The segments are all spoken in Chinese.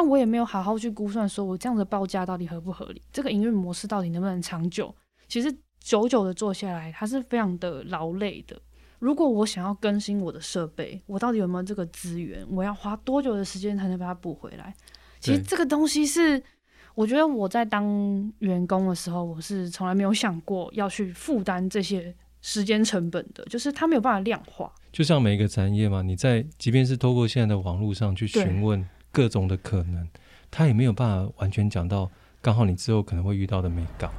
但我也没有好好去估算说我这样的报价到底合不合理，这个营运模式到底能不能长久。其实久久的做下来，它是非常的劳累的。如果我想要更新我的设备，我到底有没有这个资源？我要花多久的时间才能把它补回来？其实这个东西是，我觉得我在当员工的时候，我是从来没有想过要去负担这些时间成本的，就是它没有办法量化。 就像每一个产业嘛，你在即便是透过现在的网络上去询问各种的可能，它也没有办法完全讲到刚好你之后可能会遇到的美感。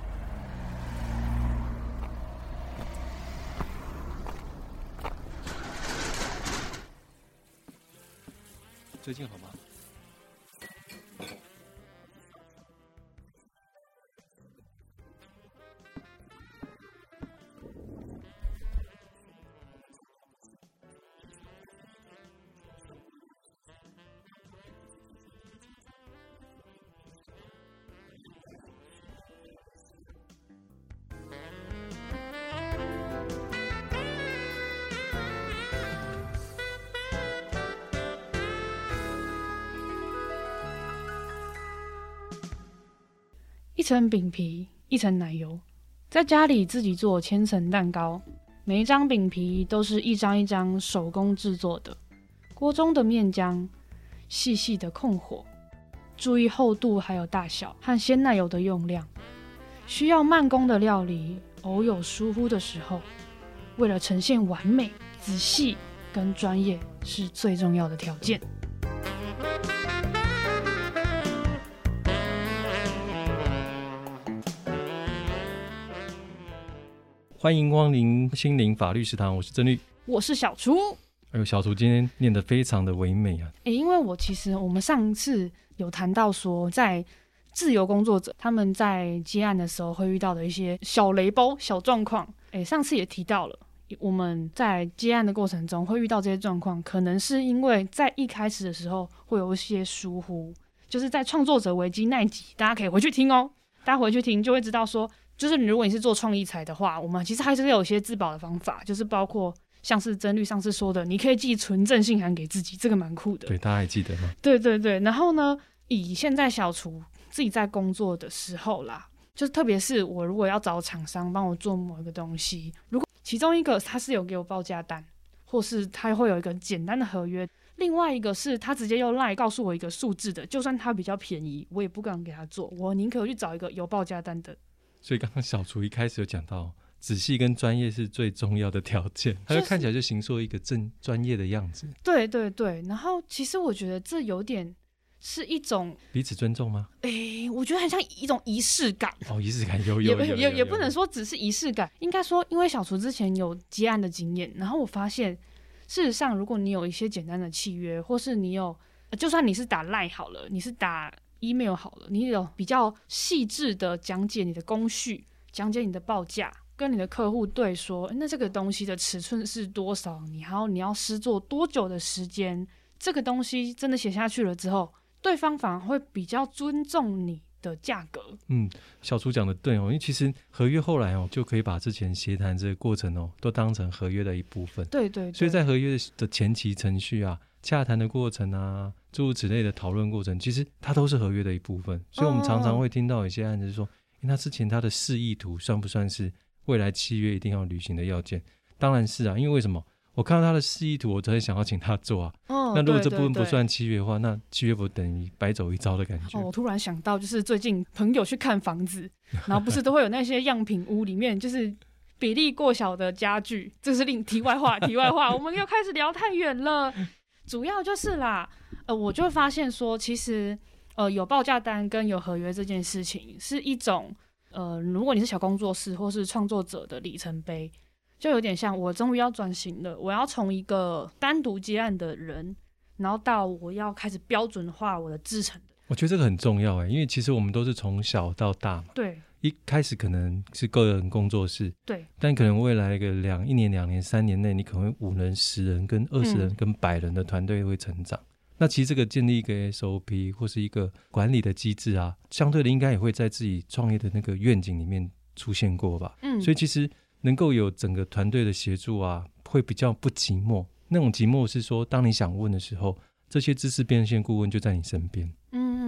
最近好吗？ 一层饼皮，一层奶油，在家里自己做千层蛋糕，每一张饼皮都是一张一张手工制作的。锅中的面浆细细的控火，注意厚度还有大小和鲜奶油的用量。需要慢工的料理，偶有疏忽的时候，为了呈现完美、仔细跟专业是最重要的条件。 欢迎光临心灵法律食堂，我是曾律， 我是小厨。 哎呦，小厨今天念得非常的唯美啊！ 因为我们上次有谈到说，在自由工作者他们在接案的时候会遇到的一些小雷包、小状况。上次也提到了，我们在接案的过程中会遇到这些状况，可能是因为在一开始的时候会有一些疏忽，就是在创作者危机那一集，大家可以回去听哦。大家回去听就会知道说，就是如果你是做创意财的话，我们其实还是有一些自保的方法，就是包括像是曾律上次说的，你可以寄纯正信函给自己，这个蛮酷的。 对，大家还记得吗？ 对对对。然后呢，以现在小厨自己在工作的时候啦，就是特别是我如果要找厂商帮我做某一个东西，如果其中一个他是有给我报价单，或是他会有一个简单的合约，另外一个是他直接用 LINE 告诉我一个数字的，就算他比较便宜，我也不敢给他做，我宁可去找一个有报价单的。 所以刚刚小厨一开始有讲到，仔细跟专业是最重要的条件，他就看起来就形塑一个正专业的样子。 对对对。然后其实我觉得这有点是一种彼此尊重吗？ 我觉得很像一种仪式感。 仪式感有也不能说只是仪式感，应该说因为小厨之前有接案的经验，然后我发现事实上如果你有一些简单的契约，或是你有就算你是打 LINE 好了，你是打 email 好了，你有比较细致的讲解你的工序，讲解你的报价，跟你的客户对说，那这个东西的尺寸是多少，你要施作多久的时间，这个东西真的写下去了之后，对方反而会比较尊重你的价格。 小厨讲的对因为其实合约后来就可以把之前协谈这个过程都当成合约的一部分。 对对对。 所以在合约的前期程序啊，洽谈的过程啊，诸如此类的讨论过程，其实它都是合约的一部分。所以我们常常会听到一些案子是说，那之前他的示意图算不算是未来契约一定要履行的要件？当然是啊，因为为什么？我看到他的示意图，我才想要请他做啊。那如果这部分不算契约的话，那契约不等于白走一遭的感觉。 我突然想到，就是最近朋友去看房子，然后不是都会有那些样品屋里面就是比例过小的家具，这是题外话，我们又开始聊太远了。主要就是啦，我就发现说，其实有报价单跟有合约这件事情是一种如果你是小工作室或是创作者的里程碑。就有点像我终于要转型了，我要从一个单独接案的人，然后到我要开始标准化我的制程的。 我觉得这个很重要因为其实我们都是从小到大嘛。 对。 一开始可能是个人工作室， 对。 但可能未来一年、2年、3年内，你可能会5人、10人、跟20人、跟100人的团队会成长。那其实这个建立一个 SOP 或是一个管理的机制啊，相对的应该也会在自己创业的那个愿景里面出现过吧。所以其实能够有整个团队的协助啊，会比较不寂寞。那种寂寞是说，当你想问的时候，这些知识变现顾问就在你身边。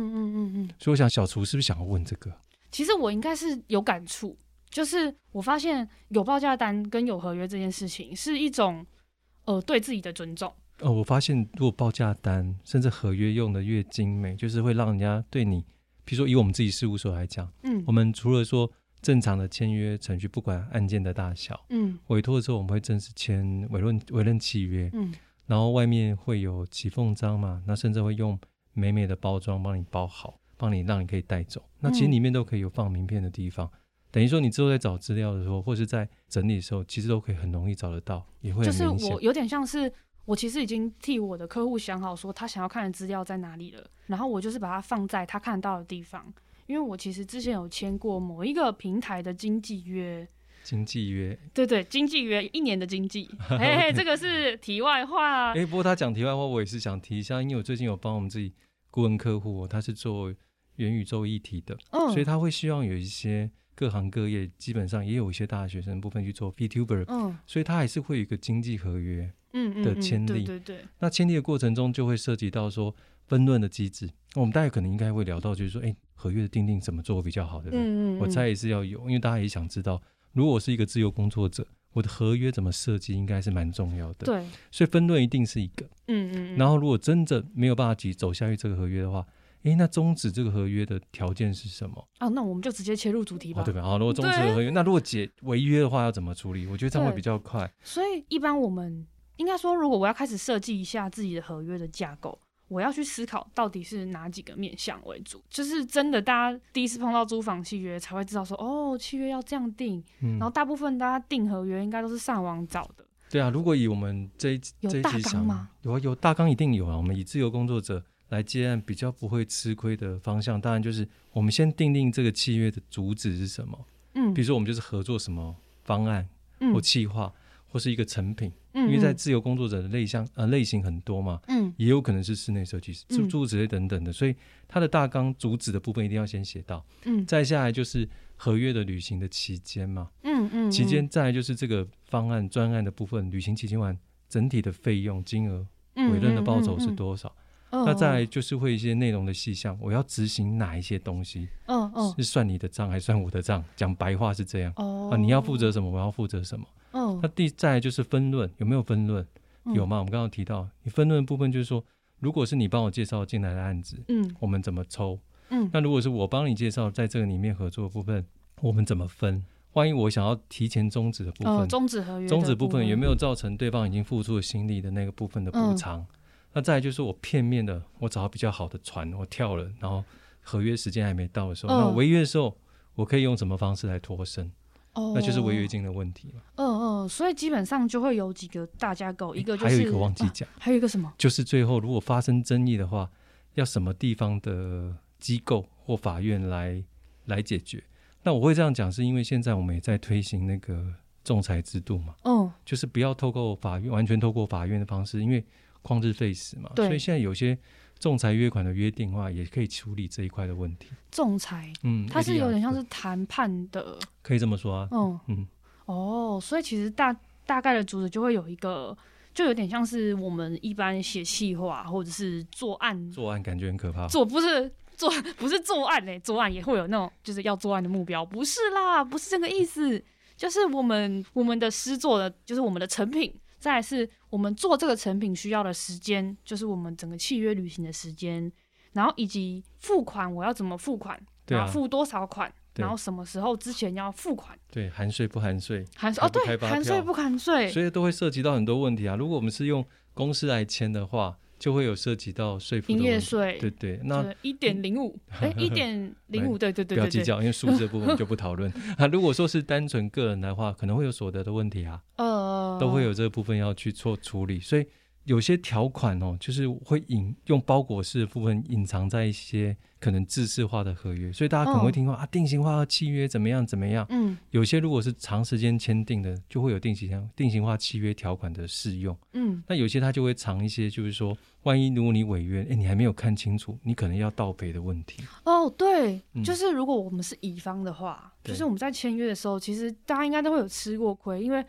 所以我想小厨是不是想要问这个？ 其实我应该是有感触，就是我发现有报价单跟有合约这件事情是一种对自己的尊重。 我发现如果报价单甚至合约用的越精美，就是会让人家对你，比如说以我们自己事务所来讲，我们除了说正常的签约程序，不管案件的大小，委托的时候我们会正式签委任契约，然后外面会有起缝章嘛，那甚至会用美美的包装帮你包好，让你可以带走。那其实里面都可以有放名片的地方，等于说你之后在找资料的时候，或是在整理的时候，其实都可以很容易找得到，也会很明显。 就是我有点像是我其实已经替我的客户想好说他想要看的资料在哪里了，然后我就是把它放在他看得到的地方。因为我其实之前有签过某一个平台的经纪约，对，经纪约1年的经纪这个是题外话。 不过他讲题外话，我也是想提一下，因为我最近有帮我们自己顾问客户，他是做元宇宙议题的，所以他会希望有一些各行各业基本上也有一些大学生部分去做 VTuber，所以他还是会有一个经纪合约的签订，对。那签订的过程中就会涉及到说分润的机制，我们大概可能应该会聊到，就是说合约的订定怎么做比较好，对不对？我猜也是要有，因为大家也想知道，如果我是一个自由工作者，我的合约怎么设计应该是蛮重要的，对，所以分润一定是一个，然后如果真的没有办法走下去这个合约的话，那终止这个合约的条件是什么？那我们就直接切入主题吧，对吧？好，如果终止了合约，那如果违约的话要怎么处理？我觉得这样会比较快。所以一般我们应该说，如果我要开始设计一下自己的合约的架构，我要去思考到底是哪几个面向为主，就是真的大家第一次碰到租房契约才会知道说契约要这样定，然后大部分大家定合约应该都是上网找的。对啊，如果以我们这一集有大纲吗？有大纲一定有啊。我们以自由工作者来接案比较不会吃亏的方向，当然就是我们先定定这个契约的主旨是什么，比如说我们就是合作什么方案或企划或是一个成品，因为在自由工作者的类型很多嘛，也有可能是室内设计师、诸如此类等等的，所以它的大纲主旨的部分一定要先写到，再下来就是合约的履行的期间嘛，期间再来就是这个方案专案的部分，履行期间完整体的费用金额，委任的报酬是多少，那再来就是会一些内容的细项，我要执行哪一些东西，是算你的账还是算我的账，讲白话是这样，你要负责什么我要负责什么，那再来就是分论，有没有分论，有吗？我们刚刚提到你分论的部分就是说，如果是你帮我介绍进来的案子，我们怎么抽，那如果是我帮你介绍在这个里面合作的部分，我们怎么分，万一我想要提前终止的部分，终止合约的终止部分有没有造成对方已经付出了心力的那个部分的补偿，那再来就是我片面的我找到比较好的船我跳了，然后合约时间还没到的时候，那违约的时候我可以用什么方式来脱身，那就是违约金的问题嘛。所以基本上就会有几个大架构，一个就是还有一个忘记讲，还有一个什么，就是最后如果发生争议的话，要什么地方的机构或法院来解决。那我会这样讲是因为现在我们也在推行那个仲裁制度嘛，就是不要透过法院，完全透过法院的方式，因为旷日费时嘛，所以现在有些仲裁约款的约定的话也可以处理这一块的问题。仲裁它是有点像是谈判的，可以这么说啊。所以其实大概的主旨就会有一个，就有点像是我们一般写企划或者是作案感觉很可怕，不是作案作案也会有那种就是要作案的目标，不是啦，不是这个意思，就是我们的施作的就是我们的成品，再来是我们做这个成品需要的时间，就是我们整个契约履行的时间，然后以及付款我要怎么付款，然后付多少款，然后什么时候之前要付款，对，含税不含税，对，含税不含税，所以都会涉及到很多问题啊。如果我们是用公司来签的话，就会有涉及到税负的问题，营业税，对，那 1.05 1.05 对，不要计较，因为数字的部分就不讨论如果说是单纯个人的话，可能会有所得的问题啊，都会有这个部分要去做处理，所以有些条款就是会用包裹式的部分隐藏在一些可能制式化的合约，所以大家可能会听说定型化契约怎么样怎么样，有些如果是长时间签订的，就会有定型化契约条款的适用，那有些它就会藏一些，就是说万一如果你违约，你还没有看清楚，你可能要倒赔的问题。对，就是如果我们是乙方的话，就是我们在签约的时候，其实大家应该都会有吃过亏，因为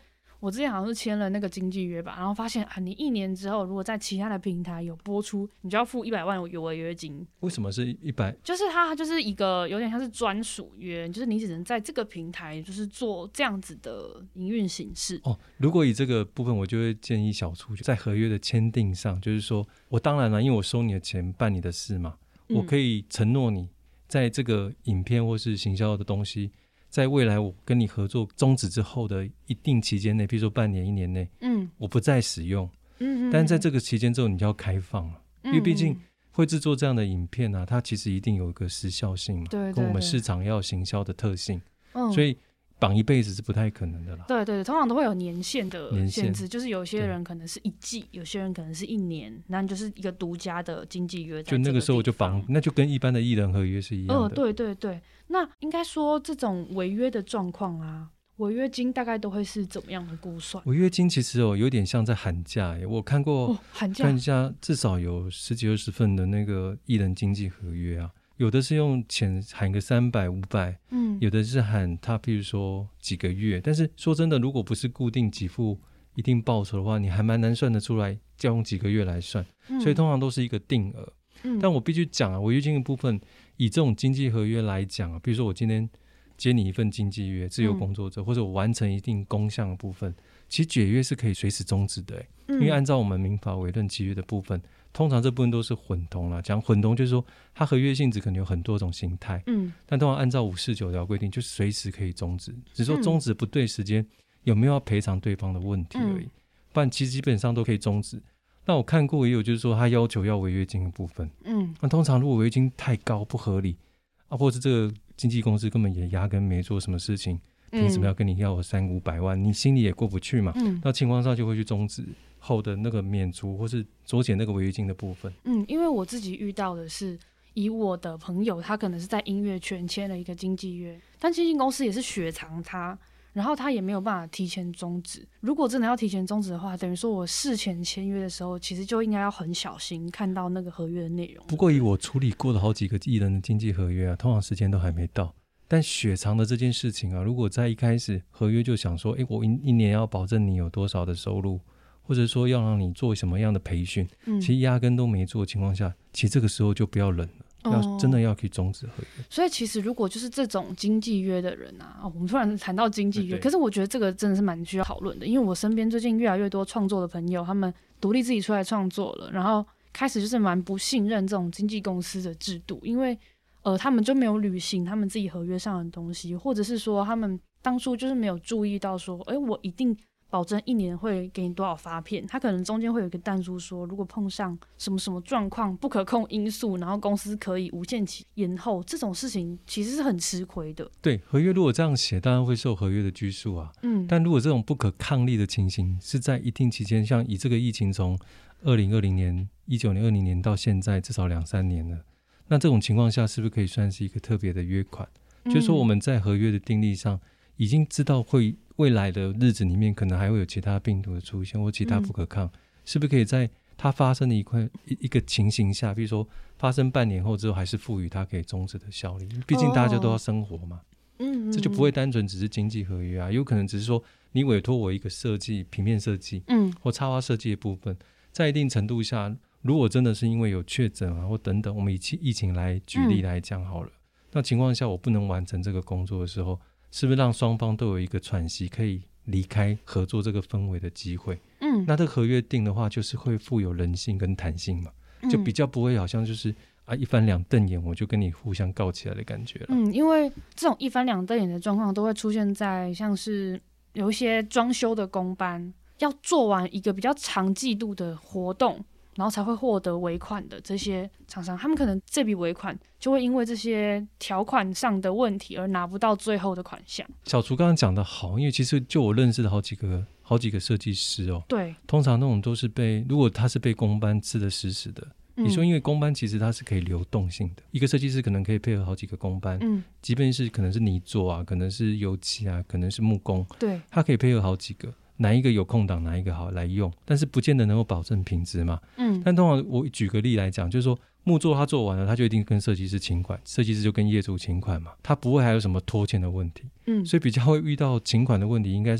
我之前好像是签了那个经纪约吧，然后发现啊，你1年之后如果在其他的平台有播出，你就要付100万有违约金。 为什么是100？ 就是它就是一个有点像是专属约，就是你只能在这个平台就是做这样子的营运形式。 如果以这个部分，我就会建议小厨在合约的签订上，就是说我当然了，因为我收你的钱办你的事嘛，我可以承诺你在这个影片或是行销的东西，在未来我跟你合作终止之后的一定期间内，比如说半年1年内，我不再使用，但是在这个期间之后你就要开放了，因为毕竟会制作这样的影片啊，它其实一定有一个时效性嘛， 对， 跟我们市场要行销的特性，所以绑一辈子是不太可能的啦。 对对对，通常都会有年限的限制，就是有些人可能是1季，有些人可能是1年，那就是一个独家的经纪约。 就那个时候我就绑，那就跟一般的艺人合约是一样的。 对对对，那应该说这种违约的状况啊，违约金大概都会是怎么样的估算？违约金其实有点像在喊价耶，我看过喊价至少有10几20份的那个艺人经纪合约啊。有的是用钱喊个300、500，有的是喊他譬如说几个月，但是说真的，如果不是固定给付一定报酬的话，你还蛮难算得出来要用几个月来算，所以通常都是一个定额。但我必须讲啊，违约金的部分，以这种经纪合约来讲啊，比如说我今天接你一份经纪约，自由工作者，或者我完成一定工项的部分，其实解约是可以随时终止的，因为按照我们民法委任契约的部分，通常这部分都是混同啦。讲混同就是说它合约性质可能有很多种形态，但通常按照549条规定就随时可以终止，只是说终止不对时间有没有要赔偿对方的问题而已，不然其实基本上都可以终止。那我看过也有就是说他要求要违约金的部分，那通常如果违约金太高不合理啊，或是这个经纪公司根本也压根没做什么事情，凭什么要跟你要300-500万，你心里也过不去嘛，那情况上就会去终止后的那个免除或是酌减那个违约金的部分。 因为我自己遇到的是以我的朋友，他可能是在音乐圈签了一个经纪约，但经纪公司也是雪藏他，然后他也没有办法提前终止。如果真的要提前终止的话，等于说我事前签约的时候其实就应该要很小心看到那个合约的内容。 不过以我处理过的好几个艺人的经纪合约啊，通常时间都还没到，但雪藏的这件事情啊，如果在一开始合约就想说我一年要保证你有多少的收入，或者说要让你做什么样的培训，其实压根都没做的情况下，其实这个时候就不要忍了，真的要可以终止合约。 所以其实如果就是这种经纪约的人啊，我们突然谈到经纪约，可是我觉得这个真的是蛮需要讨论的，因为我身边最近越来越多创作的朋友，他们独立自己出来创作了，然后开始就是蛮不信任这种经纪公司的制度，因为他们就没有履行他们自己合约上的东西，或者是说他们当初就是没有注意到说我一定保证1年会给你多少发片，他可能中间会有一个但书说，如果碰上什么什么状况不可控因素，然后公司可以无限期延后，这种事情其实是很吃亏的。 对，合约如果这样写当然会受合约的拘束啊，但如果这种不可抗力的情形是在一定期间，像以这个疫情从2020年、19年、20年到现在至少2-3年了，那这种情况下是不是可以算是一个特别的约款，就是说我们在合约的订立上已经知道会未来的日子里面可能还会有其他病毒的出现或其他不可抗，是不是可以在它发生的一个情形下，比如说发生半年后之后还是赋予它可以终止的效力，毕竟大家都要生活嘛，这就不会单纯只是经纪合约啊，有可能只是说你委托我一个设计平面设计或插画设计的部分，在一定程度下如果真的是因为有确诊啊或等等，我们以疫情来举例来讲好了，那情况下我不能完成这个工作的时候，是不是让双方都有一个喘息可以离开合作这个氛围的机会，那这个合约定的话就是会富有人性跟弹性嘛，就比较不会好像就是一翻两瞪眼我就跟你互相告起来的感觉了。 因为这种一翻两瞪眼的状况都会出现在像是有一些装修的工班要做完一个比较长季度的活动，然后才会获得尾款的这些厂商，他们可能这笔尾款就会因为这些条款上的问题而拿不到最后的款项。 小厨刚刚讲的好，因为其实就我认识的好几个设计师对， 通常那种都是如果他是被公班吃得死死的，你说因为公班其实它是可以流动性的，一个设计师可能可以配合好几个公班，即便是可能是泥作啊，可能是油漆啊，可能是木工， 对， 他可以配合好几个，哪一个有空档哪一个好来用，但是不见得能够保证品质嘛。但通常我举个例来讲，就是说木作他做完了，他就一定跟设计师请款，设计师就跟业主请款嘛，他不会还有什么拖欠的问题。所以比较会遇到请款的问题应该是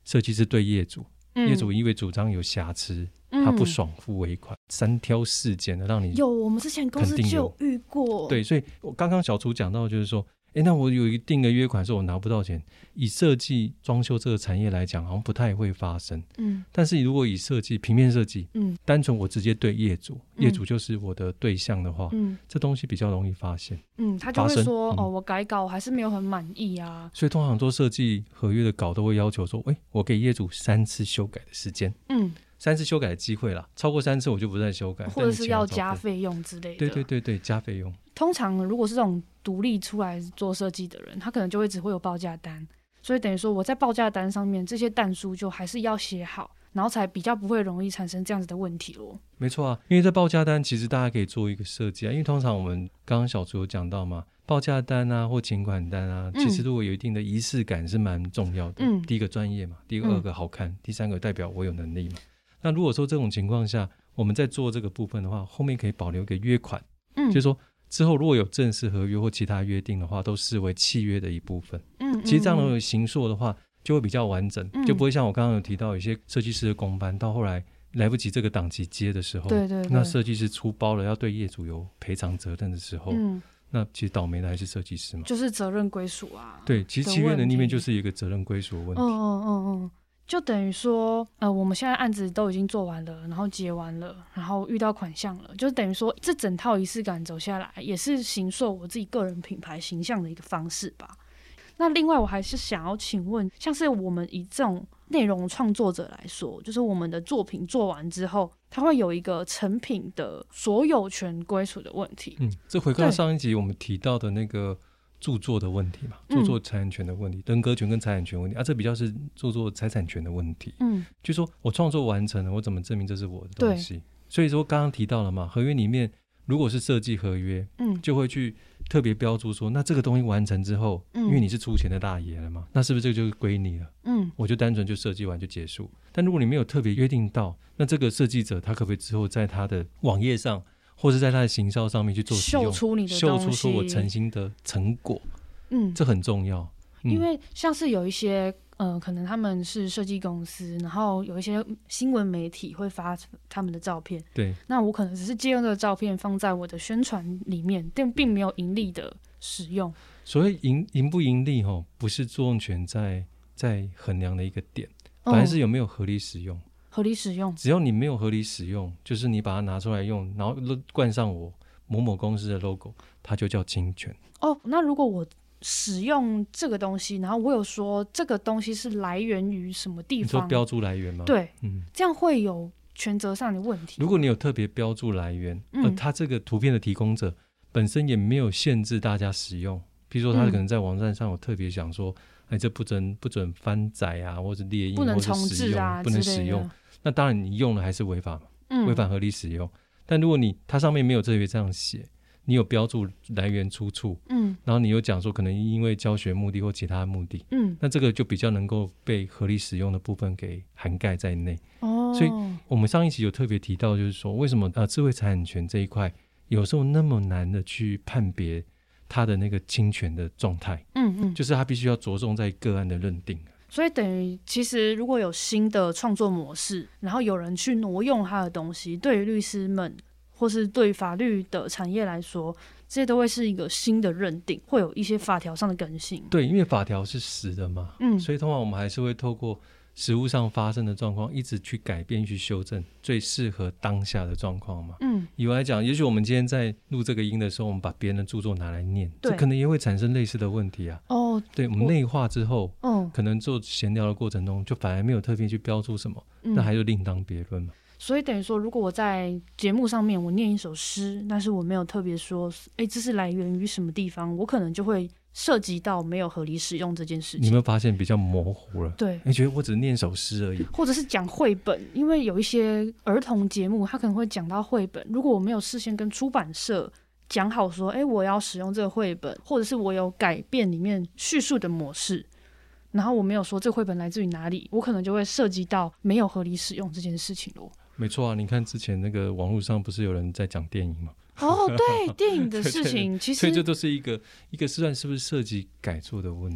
设计师对业主，业主嗯因为主张有瑕疵，他不爽付尾款，3挑4拣的让你有，我们之前公司就有遇过。 对，所以我刚刚小厨讲到就是说，那我有一定的约款，说我拿不到钱。以设计装修这个产业来讲，好像不太会发生。但是如果以设计平面设计，单纯我直接对业主，业主就是我的对象的话，这东西比较容易发现。 他就会说，我改稿我还是没有很满意啊。 所以通常做设计合约的稿都会要求说，我给业主3次修改的时间。3次修改的机会啦，超过3次我就不再修改， 或者是要加费用之类的。 对，加费用。 通常如果是这种独立出来做设计的人，他可能就会只会有报价单，所以等于说我在报价单上面这些但书就还是要写好，然后才比较不会容易产生这样子的问题咯。 没错啊，因为在报价单其实大家可以做一个设计啊，因为通常我们刚刚小厨有讲到嘛，报价单啊或请款单啊，其实如果有一定的仪式感是蛮重要的。第一个专业嘛，第二个好看，第三个代表我有能力嘛。那如果说这种情况下，我们在做这个部分的话，后面可以保留一个约款，就是说之后如果有正式合约或其他约定的话，都视为契约的一部分。其实这样的形塑的话，就会比较完整，就不会像我刚刚有提到，有些设计师的工班到后来来不及这个档期接的时候， 对， 那设计师出包了，要对业主有赔偿责任的时候，那其实倒霉的还是设计师嘛， 就是责任归属啊。 对，其实契约能力面就是一个责任归属的问题。 就等于说，我们现在案子都已经做完了，然后结完了，然后遇到款项了，就等于说这整套仪式感走下来，也是形塑我自己个人品牌形象的一个方式吧。那另外我还是想要请问，像是我们以这种内容创作者来说，就是我们的作品做完之后，它会有一个成品的所有权归属的问题。 这回到上一集我们提到的那个著作的问题嘛，著作财产权的问题，人格权跟财产权问题这比较是著作财产权的问题。就说我创作完成了，我怎么证明这是我的东西？所以说刚刚提到了嘛，合约里面如果是设计合约，就会去特别标注说，那这个东西完成之后，因为你是出钱的大爷了嘛，那是不是这个就是归你了？我就单纯就设计完就结束。但如果你没有特别约定到，那这个设计者他可不可以之后在他的网页上或是在他的行销上面去做使用， 秀出你的东西， 秀出说我诚心的成果，这很重要。 因为像是有一些可能他们是设计公司，然后有一些新闻媒体会发他们的照片， 对， 那我可能只是借用这个照片放在我的宣传里面，但并没有盈利的使用。 所谓盈不盈利不是作用权在衡量的一个点，反而是有没有合理使用。 合理使用， 只要你没有合理使用，就是你把它拿出来用，然后冠上我某某公司的 logo， 它就叫侵权。 那如果我使用这个东西，然后我有说这个东西是来源于什么地方， 你说标注来源吗？ 对，这样会有权责上的问题。 如果你有特别标注来源，而它这个图片的提供者本身也没有限制大家使用，比如说他可能在网站上有特别想说，这不准翻载啊，或者列印， 不能重置啊， 不能使用，那当然你用了还是违法嘛，违反合理使用。但如果它上面没有特别这样写，你有标注来源出处，然后你有讲说可能因为教学目的或其他目的，那这个就比较能够被合理使用的部分给涵盖在内。所以我们上一期有特别提到，就是说为什么智慧财产权这一块有时候那么难的去判别它的那个侵权的状态，就是它必须要着重在个案的认定。 所以等于其实如果有新的创作模式，然后有人去挪用他的东西，对于律师们或是对于法律的产业来说，这些都会是一个新的认定，会有一些法条上的更新。 对，因为法条是死的嘛，所以通常我们还是会透过实务上发生的状况一直去改变去修正最适合当下的状况嘛。以我来讲，也许我们今天在录这个音的时候，我们把别人的著作拿来念，这可能也会产生类似的问题啊。对，我们内化之后，可能做闲聊的过程中就反而没有特别去标注什么，那还是另当别论嘛。 所以等于说，如果我在节目上面我念一首诗，但是我没有特别说这是来源于什么地方，我可能就会涉及到没有合理使用这件事情。 你有没有发现比较模糊了？ 对， 你觉得我只念首诗而已， 或者是讲绘本，因为有一些儿童节目他可能会讲到绘本，如果我没有事先跟出版社讲好说我要使用这个绘本，或者是我有改变里面叙述的模式，然后我没有说这个绘本来自于哪里，我可能就会涉及到没有合理使用这件事情咯。 没错啊，你看之前那个网络上不是有人在讲电影吗？ 对，电影的事情其实所以这都是一个算是不是涉及改作的问题啊。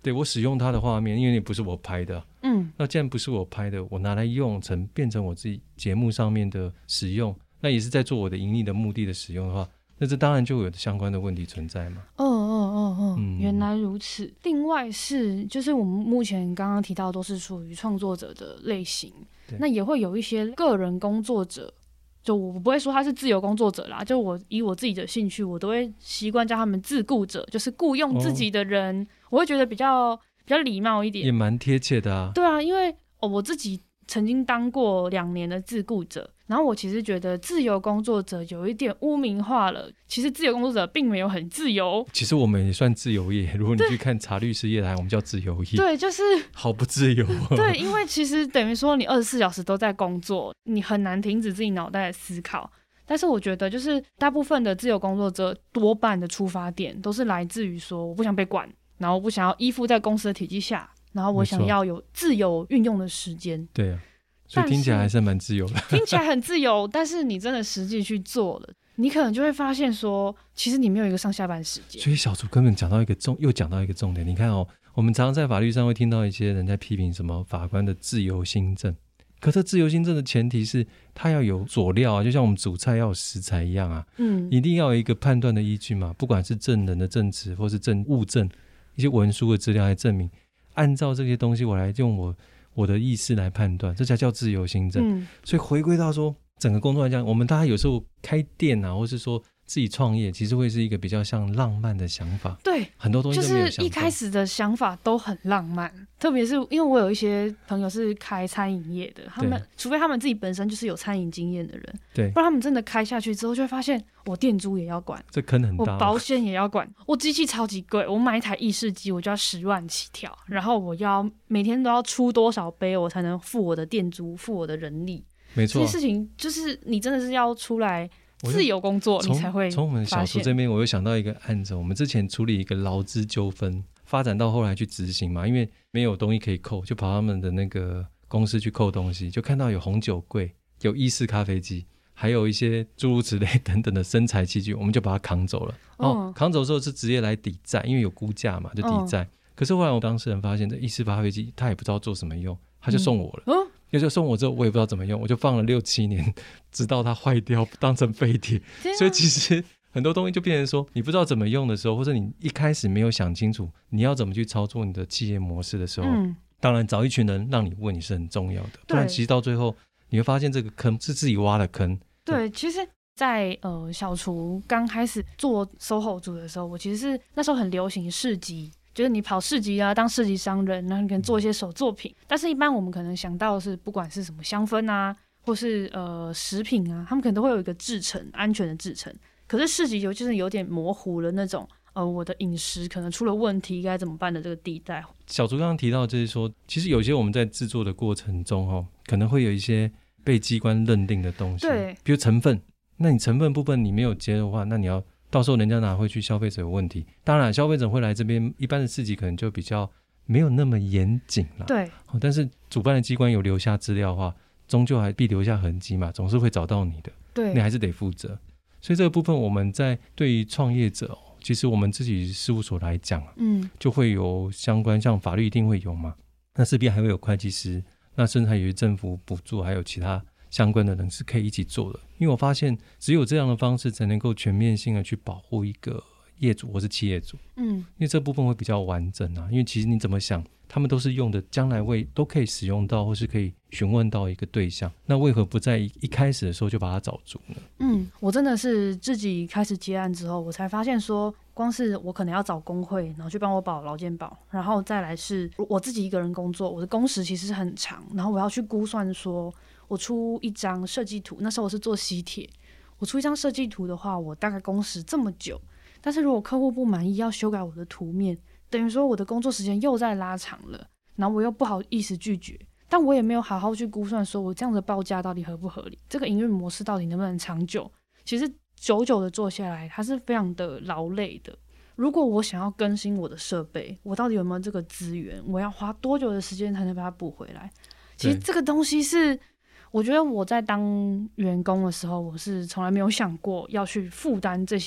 对，我使用它的画面，因为那不是我拍的，那既然不是我拍的，我拿来用变成我自己节目上面的使用，那也是在做我的盈利的目的的使用的话，那这当然就有相关的问题存在嘛。 原来如此。另外是就是我们目前刚刚提到都是属于创作者的类型，那也会有一些个人工作者，就我不会说他是自由工作者啦，就我以我自己的兴趣，我都会习惯叫他们自雇者，就是雇用自己的人，我会觉得比较礼貌一点， 也蛮贴切的啊。 对啊，因为我自己曾经当过2年的自雇者，然后我其实觉得自由工作者有一点污名化了，其实自由工作者并没有很自由， 其实我们也算自由业，如果你去看查律师业来，我们叫自由业， 对，就是好不自由对，因为其实等于说你24小时都在工作，你很难停止自己脑袋的思考。但是我觉得就是大部分的自由工作者多半的出发点都是来自于说我不想被管，然后我不想要依附在公司的体系下，然后我想要有自由运用的时间。 对啊，所以听起来还是蛮自由的， 听起来很自由，但是你真的实际去做了，你可能就会发现说其实你没有一个上下班时间。 所以小竹根本又讲到一个重点，你看我们常常在法律上会听到一些人在批评什么法官的自由心证，可是自由心证的前提是他要有佐料啊，就像我们煮菜要有食材一样啊，一定要有一个判断的依据嘛，不管是证人的证词或是物证一些文书的资料来证明，按照这些东西我来用我的意识来判断，这才叫自由心证。所以回归到说整个工作来讲，我们大家有时候开店啊，或是说自己创业，其实会是一个比较像浪漫的想法。 对， 很多东西都没有想到， 就是一开始的想法都很浪漫，特别是因为我有一些朋友是开餐饮业的，他们除非他们自己本身就是有餐饮经验的人，对，不然他们真的开下去之后就会发现，我店租也要管， 这坑很大， 我保险也要管，我机器超级贵，我买一台意式机我就要10万起跳，然后我要每天都要出多少杯我才能付我的店租，付我的人力，没错，这些事情就是你真的是要出来自由工作你才会发现。 从我们小竹这边我又想到一个案子，我们之前处理一个劳资纠纷，发展到后来去执行嘛，因为没有东西可以扣，就跑他们的那个公司去扣东西，就看到有红酒柜，有意式咖啡机，还有一些诸如此类等等的生财器具，我们就把它扛走了。扛走之后是直接来抵债，因为有估价嘛，就抵债。可是后来我当事人发现这意式咖啡机他也不知道做什么用，他就送我了。就送我之后我也不知道怎么用，我就放了6-7年，直到它坏掉当成废铁。所以其实很多东西就变成说你不知道怎么用的时候，或者你一开始没有想清楚你要怎么去操作你的企业模式的时候，当然找一群人让你问你是很重要的，不然其实到最后你会发现这个坑是自己挖的坑。 对，其实在小厨刚开始做 SOHO 组的时候，我其实是那时候很流行市集，就是你跑市集啊，当市集商人，然后你可能做一些手作品。但是一般我们可能想到的是，不管是什么香氛啊，或是食品啊，他们可能都会有一个制程，安全的制程。可是市集就是有点模糊了那种我的饮食可能出了问题该怎么办的这个地带。 小竹刚刚提到就是说，其实有些我们在制作的过程中可能会有一些被机关认定的东西，对，比如成分，那你成分部分你没有接的话，那你要到时候人家拿回去消费者有问题。当然消费者会来这边，一般的市集可能就比较没有那么严谨了，对，但是主办的机关有留下资料的话，终究还必留下痕迹嘛，总是会找到你的，对，你还是得负责。所以这个部分我们在对于创业者其实我们自己事务所来讲就会有相关，像法律一定会有嘛，那势必还会有会计师，那甚至还有政府补助，还有其他相关的人是可以一起做的。因为我发现只有这样的方式才能够全面性的去保护一个业主或是企业主，因为这部分会比较完整啊。因为其实你怎么想，他们都是用的将来都可以使用到或是可以询问到一个对象，那为何不在一开始的时候就把它找足呢？ 我真的是自己开始接案之后，我才发现说，光是我可能要找工会，然后去帮我保劳健保，然后再来是我自己一个人工作，我的工时其实很长，然后我要去估算说我出一张设计图，那时候我是做吸铁，我出一张设计图的话，我大概工时这么久，但是如果客户不满意要修改我的图面，等于说我的工作时间又在拉长了，然后我又不好意思拒绝，但我也没有好好去估算说我这样的报价到底合不合理，这个营运模式到底能不能长久。其实久久的做下来它是非常的劳累的。如果我想要更新我的设备，我到底有没有这个资源，我要花多久的时间才能把它补回来。其实这个东西是我觉得我在当员工的时候我是从来没有想过要去负担这些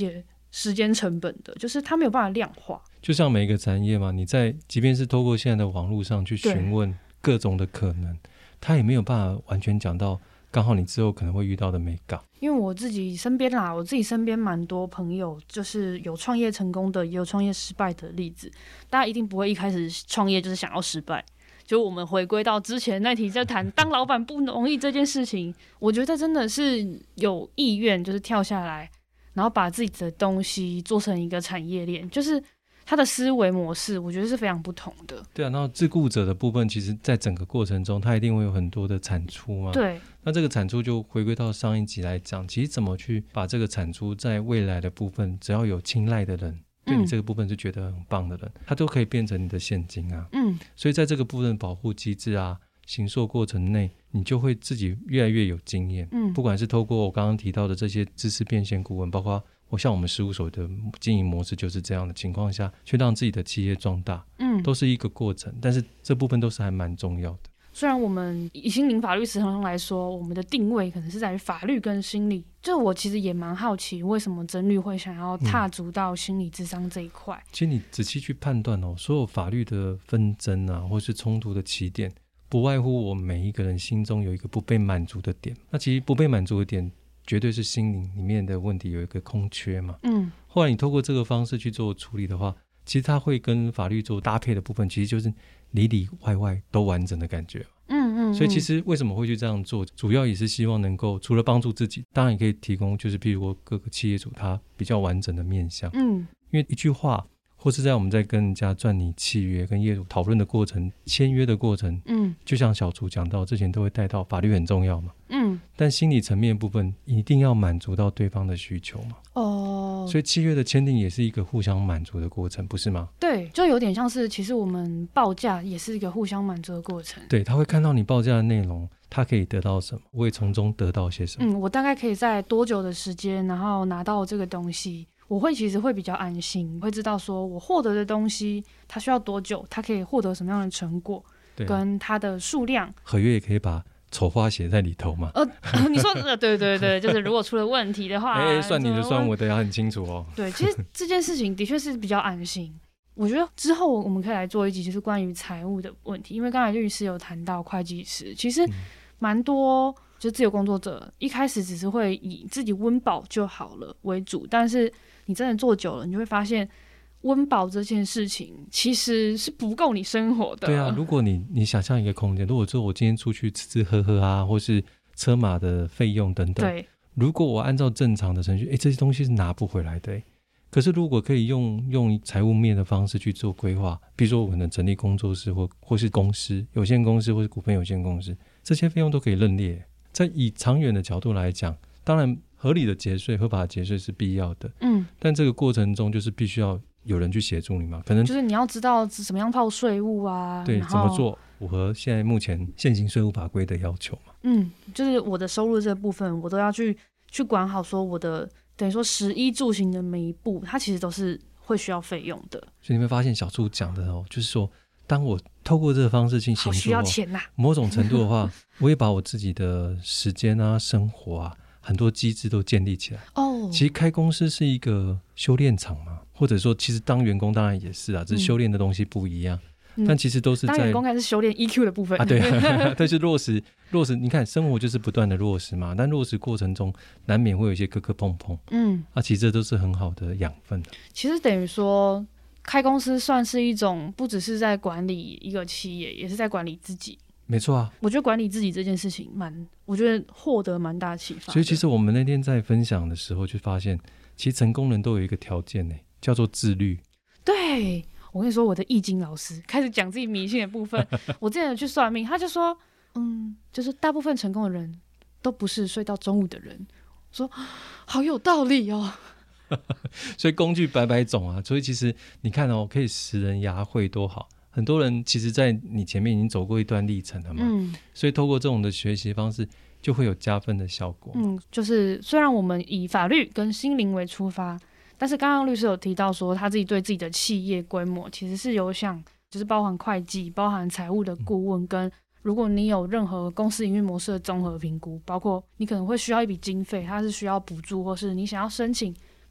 时间成本的，就是它没有办法量化。 就像每一个产业嘛，你即便是透过现在的网络上去询问各种的可能，它也没有办法完全讲到刚好你之后可能会遇到的美感。 因为我自己身边蛮多朋友，就是有创业成功的，也有创业失败的例子。大家一定不会一开始创业就是想要失败。就我们回归到之前那题在谈当老板不容易这件事情，我觉得真的是有意愿，就是跳下来，然后把自己的东西做成一个产业链，就是他的思维模式，我觉得是非常不同的。 对啊，然后自雇者的部分，其实在整个过程中，他一定会有很多的产出嘛。 对， 那这个产出就回归到上一集来讲，其实怎么去把这个产出在未来的部分，只要有青睐的人，对你这个部分是觉得很棒的人，他都可以变成你的现金啊。所以在这个部分保护机制啊，行塑过程内，你就会自己越来越有经验。不管是透过我刚刚提到的这些知识变现顾问，包括像我们事务所的经营模式就是这样的情况下去让自己的企业壮大，都是一个过程，但是这部分都是还蛮重要的。 虽然我们以心灵法律时常来说，我们的定位可能是在于法律跟心理，就我其实也蛮好奇为什么曾律会想要踏足到心理咨商这一块。 其实你仔细去判断所有法律的纷争啊或是冲突的起点，不外乎我们每一个人心中有一个不被满足的点，那其实不被满足的点绝对是心灵里面的问题有一个空缺嘛。后来你透过这个方式去做处理的话，其实它会跟法律做搭配的部分，其实就是里里外外都完整的感觉。所以其实为什么会去这样做，主要也是希望能够除了帮助自己，当然也可以提供就是譬如说各个企业主他比较完整的面向。因为一句话或是在我们在跟人家撰拟契约跟业主讨论的过程，签约的过程，就像小厨讲到之前都会带到法律很重要嘛，但心理层面的部分一定要满足到对方的需求嘛。所以契约的签订也是一个互相满足的过程，不是吗？ 对，就有点像是其实我们报价也是一个互相满足的过程。 对，他会看到你报价的内容，他可以得到什么，我也从中得到些什么。 我大概可以在多久的时间然后拿到这个东西，我其实会比较安心，会知道说我获得的东西它需要多久，它可以获得什么样的成果，跟它的数量。 合约也可以把丑话写在里头嘛。 你说的对对对，就是如果出了问题的话算你的算我的要很清楚哦。 对，其实这件事情的确是比较安心。我觉得之后我们可以来做一集就是关于财务的问题，因为刚才律师有谈到会计师，其实蛮多就自由工作者一开始只是会以自己温饱就好了为主，但是你真的做久了，你就会发现温饱这件事情其实是不够你生活的。 对啊，如果你想象一个空间，如果说我今天出去吃吃喝喝啊，或是车马的费用等等，对，如果我按照正常的程序，这些东西是拿不回来的。可是如果可以用财务面的方式去做规划，比如说我可能成立工作室或是公司有限公司或是股份有限公司，这些费用都可以认列。在以长远的角度来讲，当然合理的节税合法的节税是必要的，但这个过程中就是必须要有人去协助你嘛，可能就是你要知道怎么样报税务啊， 对，怎么做符合现在目前现行税务法规的要求嘛。 就是我的收入这部分我都要去管好，说我的等于说食衣住行的每一步它其实都是会需要费用的。 所以你会发现小猪讲的就是说当我透过这个方式进行好需要钱啊， 某种程度的话我也把我自己的时间啊生活啊很多机制都建立起来。其实开公司是一个修炼场嘛，或者说其实当员工当然也是啊，只是修炼的东西不一样，但其实都是在当员工还是修炼 EQ 的部分啊，对但是落实你看生活就是不断的落实嘛，但落实过程中难免会有一些磕磕碰碰，其实这都是很好的养分。 其实等于说开公司算是一种不只是在管理一个企业，也是在管理自己。 没错啊， 我觉得管理自己这件事情我觉得获得蛮大启发的。 所以其实我们那天在分享的时候就发现，其实成功人都有一个条件叫做自律。 对，我跟你说，我的易经老师开始讲自己迷信的部分我之前有去算命，他就说就是大部分成功的人都不是睡到中午的人。我说好有道理哦所以工具百百种啊，所以其实你看可以识人牙慧多好。很多人其实在你前面已经走过一段历程了嘛，所以透过这种的学习方式就会有加分的效果。 就是虽然我们以法律跟心灵为出发，但是刚刚律师有提到说他自己对自己的企业规模其实是有想就是包含会计包含财务的顾问，跟如果你有任何公司营运模式的综合评估，包括你可能会需要一笔经费，它是需要补助或是你想要申请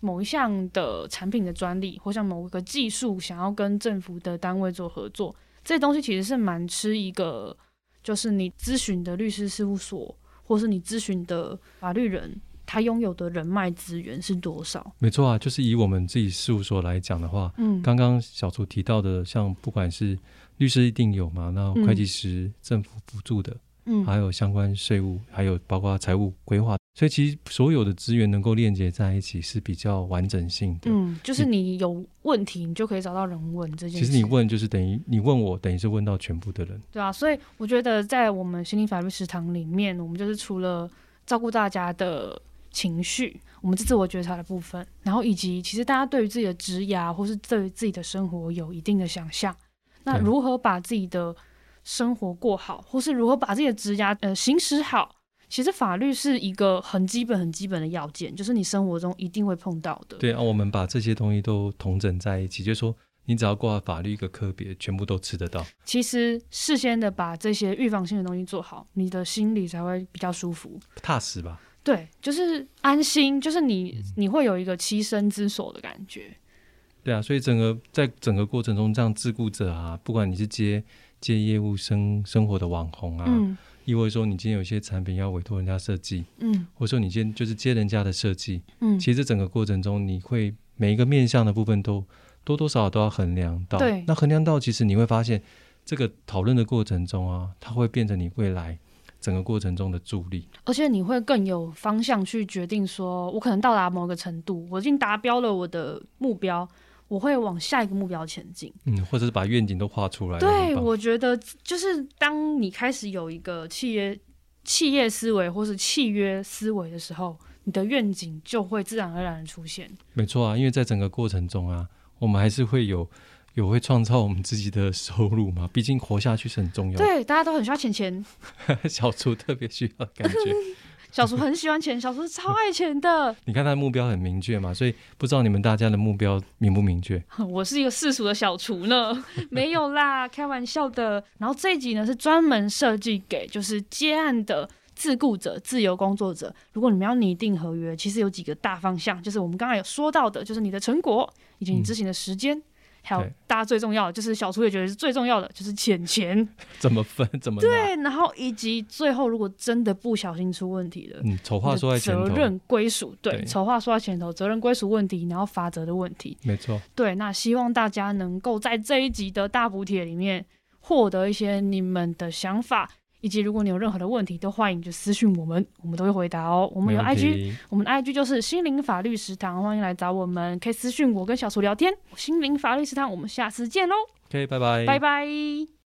某一项的产品的专利，或像某个技术想要跟政府的单位做合作，这些东西其实是蛮吃一个，就是你咨询的律师事务所，或是你咨询的法律人，他拥有的人脉资源是多少。 没错啊，就是以我们自己事务所来讲的话，刚刚小厨提到的，像不管是律师一定有嘛，那会计师、政府补助的，还有相关税务，还有包括财务规划，所以其实所有的资源能够链接在一起是比较完整性的。 就是你有问题，你就可以找到人问这件事。 其实你问就是等于你问我，等于是问到全部的人。 对啊，所以我觉得在我们心灵法律食堂里面，我们就是除了照顾大家的情绪，我们自我觉察的部分，然后以及其实大家对于自己的职涯或是对于自己的生活有一定的想象，那如何把自己的生活过好，或是如何把自己的职涯行使好，其实法律是一个很基本的要件，就是你生活中一定会碰到的。 对啊，我们把这些东西都统整在一起，就是说你只要挂法律一个科别，全部都吃得到。 其实事先的把这些预防性的东西做好，你的心里才会比较舒服， 踏实吧。 对，就是安心，就是你会有一个栖身之所的感觉。 对啊，所以在整个过程中，这样自雇者啊，不管你是接业务生活的网红啊，亦或者说你今天有一些产品要委托人家设计，或者说你今天就是接人家的设计，其实整个过程中你会每一个面向的部分都多多少少都要衡量到。 对， 那衡量到，其实你会发现这个讨论的过程中啊，它会变成你未来整个过程中的助力， 而且你会更有方向去决定说，我可能到达某个程度，我已经达标了我的目标，我会往下一个目标前进。 或者是把愿景都画出来。 对，我觉得就是当你开始有一个企业思维或是契约思维的时候，你的愿景就会自然而然的出现。 没错啊，因为在整个过程中啊，我们还是会有会创造我们自己的收入嘛，毕竟活下去是很重要的。 对，大家都很需要钱小厨特别需要感觉小厨很喜欢钱，小厨超爱钱的你看他的目标很明确嘛，所以不知道你们大家的目标明不明确？ 我是一个世俗的小厨呢没有啦，开玩笑的。然后这一集呢是专门设计给就是接案的自雇者、自由工作者。如果你们要拟定合约，其实有几个大方向，就是我们刚才有说到的，就是你的成果以及你执行的时间，还有大家最重要的，就是小厨也觉得是最重要的，就是钱怎么分怎么拿。 对，然后以及最后如果真的不小心出问题了， 丑话说在前头， 责任归属。对，丑话说在前头，责任归属问题，然后罚则的问题。 没错。对， 那希望大家能够在这一集的大补帖里面获得一些你们的想法，以及如果你有任何的问题，都欢迎就私讯我们都会回答哦。我们有 IG， 我们的 IG 就是心灵法律食堂，欢迎来找我们，可以私讯我跟小厨聊天。心灵法律食堂，我们下次见喽。 OK， 拜拜， 拜拜。